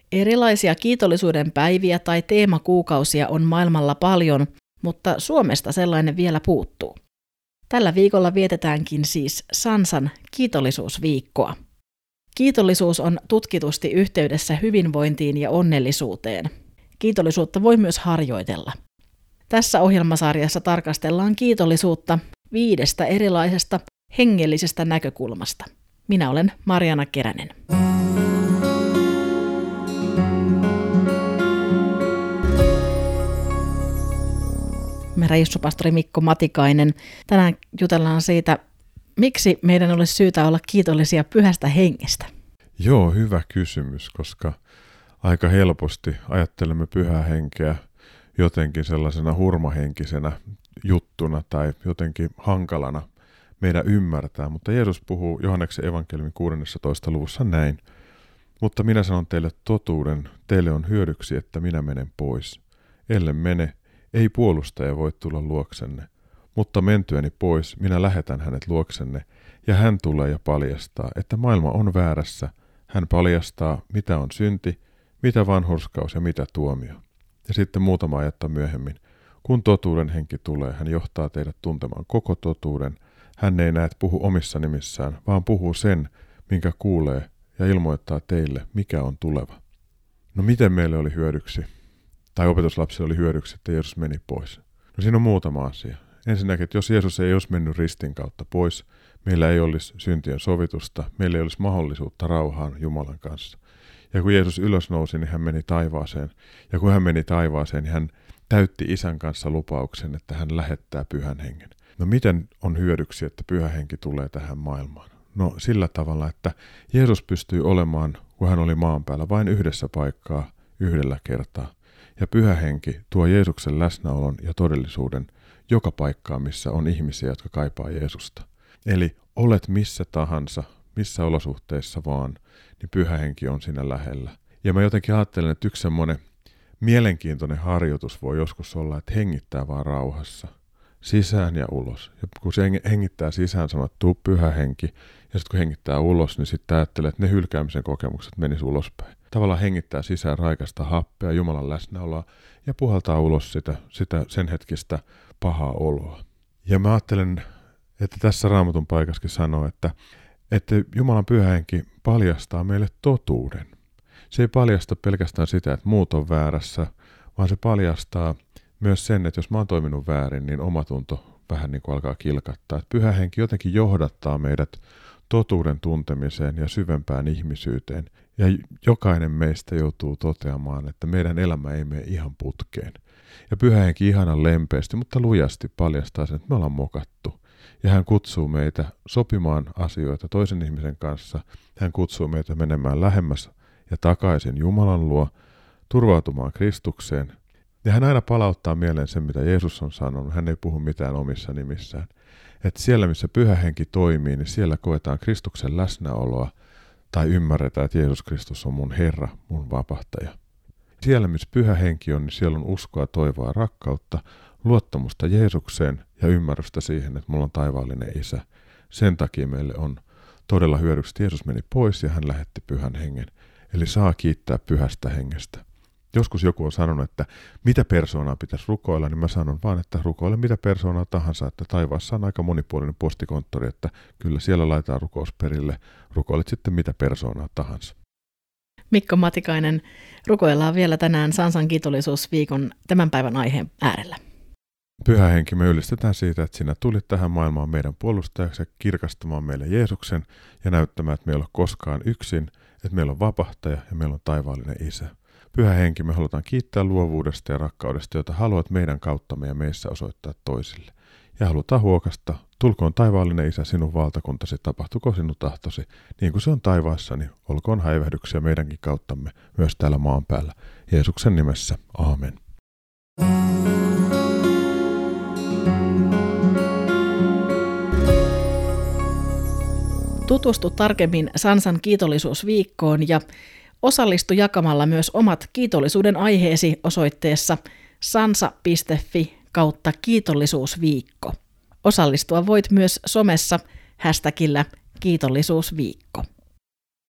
Erilaisia kiitollisuuden päiviä tai teemakuukausia on maailmalla paljon, mutta Suomesta sellainen vielä puuttuu. Tällä viikolla vietetäänkin siis Sansan kiitollisuusviikkoa. Kiitollisuus on tutkitusti yhteydessä hyvinvointiin ja onnellisuuteen. Kiitollisuutta voi myös harjoitella. Tässä ohjelmasarjassa tarkastellaan kiitollisuutta 5 erilaisesta hengellisestä näkökulmasta. Minä olen Marjaana Keränen. Reissupastori Mikko Matikainen. Tänään jutellaan siitä, miksi meidän olisi syytä olla kiitollisia Pyhästä Hengestä. Joo, hyvä kysymys, koska aika helposti ajattelemme Pyhää Henkeä jotenkin sellaisena hurmahenkisenä juttuna tai jotenkin hankalana meidän ymmärtää, mutta Jeesus puhuu Johanneksen evankeliumin 16. luvussa näin. Mutta minä sanon teille totuuden, teille on hyödyksi, että minä menen pois. Ellen mene, ei puolustaja voi tulla luoksenne, mutta mentyäni pois minä lähetän hänet luoksenne, ja hän tulee ja paljastaa, että maailma on väärässä. Hän paljastaa, mitä on synti, mitä vanhurskaus ja mitä tuomio. Ja sitten muutama ajatta myöhemmin, kun totuuden henki tulee, hän johtaa teidät tuntemaan koko totuuden. Hän ei näet puhu omissa nimissään, vaan puhuu sen, minkä kuulee, ja ilmoittaa teille, mikä on tuleva. No miten meille oli hyödyksi? Tai opetuslapsille oli hyödyksi, että Jeesus meni pois. No siinä on muutama asia. Ensinnäkin, että jos Jeesus ei olisi mennyt ristin kautta pois, meillä ei olisi syntien sovitusta, meillä ei olisi mahdollisuutta rauhaan Jumalan kanssa. Ja kun Jeesus ylösnousi, niin hän meni taivaaseen. Ja kun hän meni taivaaseen, niin hän täytti Isän kanssa lupauksen, että hän lähettää Pyhän Hengen. No miten on hyödyksi, että Pyhä Henki tulee tähän maailmaan? No sillä tavalla, että Jeesus pystyi olemaan, kun hän oli maan päällä, vain yhdessä paikkaa, yhdellä kertaa. Ja Pyhä Henki tuo Jeesuksen läsnäolon ja todellisuuden joka paikkaan, missä on ihmisiä, jotka kaipaa Jeesusta. Eli olet missä tahansa, missä olosuhteissa vaan, niin Pyhä Henki on siinä lähellä. Ja mä jotenkin ajattelen, että yksi semmoinen mielenkiintoinen harjoitus voi joskus olla, että hengittää vaan rauhassa. Sisään ja ulos. Ja kun se hengittää sisään, sanoo, että tuu Pyhä Henki. Ja sitten kun hengittää ulos, niin sitten ajattelee, että ne hylkäämisen kokemukset menis ulospäin. Tavallaan hengittää sisään raikasta happea, Jumalan läsnäoloa ja puhaltaa ulos sitä sen hetkistä pahaa oloa. Ja mä ajattelen, että tässä Raamatun paikassakin sanoo, että Jumalan Pyhä Henki paljastaa meille totuuden. Se ei paljasta pelkästään sitä, että muut on väärässä, vaan se paljastaa myös sen, että jos mä oon toiminut väärin, niin omatunto vähän niin kuin alkaa kilkattaa. Että Pyhä Henki jotenkin johdattaa meidät totuuden tuntemiseen ja syvempään ihmisyyteen. Ja jokainen meistä joutuu toteamaan, että meidän elämä ei mene ihan putkeen. Ja Pyhä Henki ihanan lempeästi, mutta lujasti paljastaa sen, että me ollaan mokattu. Ja hän kutsuu meitä sopimaan asioita toisen ihmisen kanssa. Hän kutsuu meitä menemään lähemmäs ja takaisin Jumalan luo, turvautumaan Kristukseen. Ja hän aina palauttaa mieleen sen, mitä Jeesus on sanonut. Hän ei puhu mitään omissa nimissään. Että siellä, missä Pyhä Henki toimii, niin siellä koetaan Kristuksen läsnäoloa tai ymmärretään, että Jeesus Kristus on mun Herra, mun vapahtaja. Siellä, missä Pyhä Henki on, niin siellä on uskoa, toivoa, rakkautta, luottamusta Jeesukseen ja ymmärrystä siihen, että mulla on taivaallinen Isä. Sen takia meille on todella hyödyksi, että Jeesus meni pois ja hän lähetti Pyhän Hengen. Eli saa kiittää Pyhästä Hengestä. Joskus joku on sanonut, että mitä persoonaa pitäisi rukoilla, niin mä sanon vaan, että rukoile mitä persoonaa tahansa, että taivaassa on aika monipuolinen postikonttori, että kyllä siellä laitetaan rukous perille, rukoilet sitten mitä persoonaa tahansa. Mikko Matikainen, rukoillaan vielä tänään Sansan kiitollisuusviikon tämän päivän aiheen äärellä. Pyhä Henki, me ylistetään siitä, että sinä tulit tähän maailmaan meidän puolustajaksi kirkastamaan meille Jeesuksen ja näyttämään, että me ei ole koskaan yksin, että meillä on vapahtaja ja meillä on taivaallinen Isä. Pyhä Henki, me halutaan kiittää luovuudesta ja rakkaudesta, jota haluat meidän kauttamme ja meissä osoittaa toisille. Ja halutaan huokasta, tulkoon taivaallinen Isä sinun valtakuntasi, tapahtuko sinun tahtosi, niin kuin se on taivaassa, niin olkoon häivähdyksiä meidänkin kauttamme myös täällä maan päällä. Jeesuksen nimessä, aamen. Tutustu tarkemmin Sansan kiitollisuusviikkoon ja osallistu jakamalla myös omat kiitollisuuden aiheesi osoitteessa sansa.fi/kiitollisuusviikko. Osallistua voit myös somessa #kiitollisuusviikko.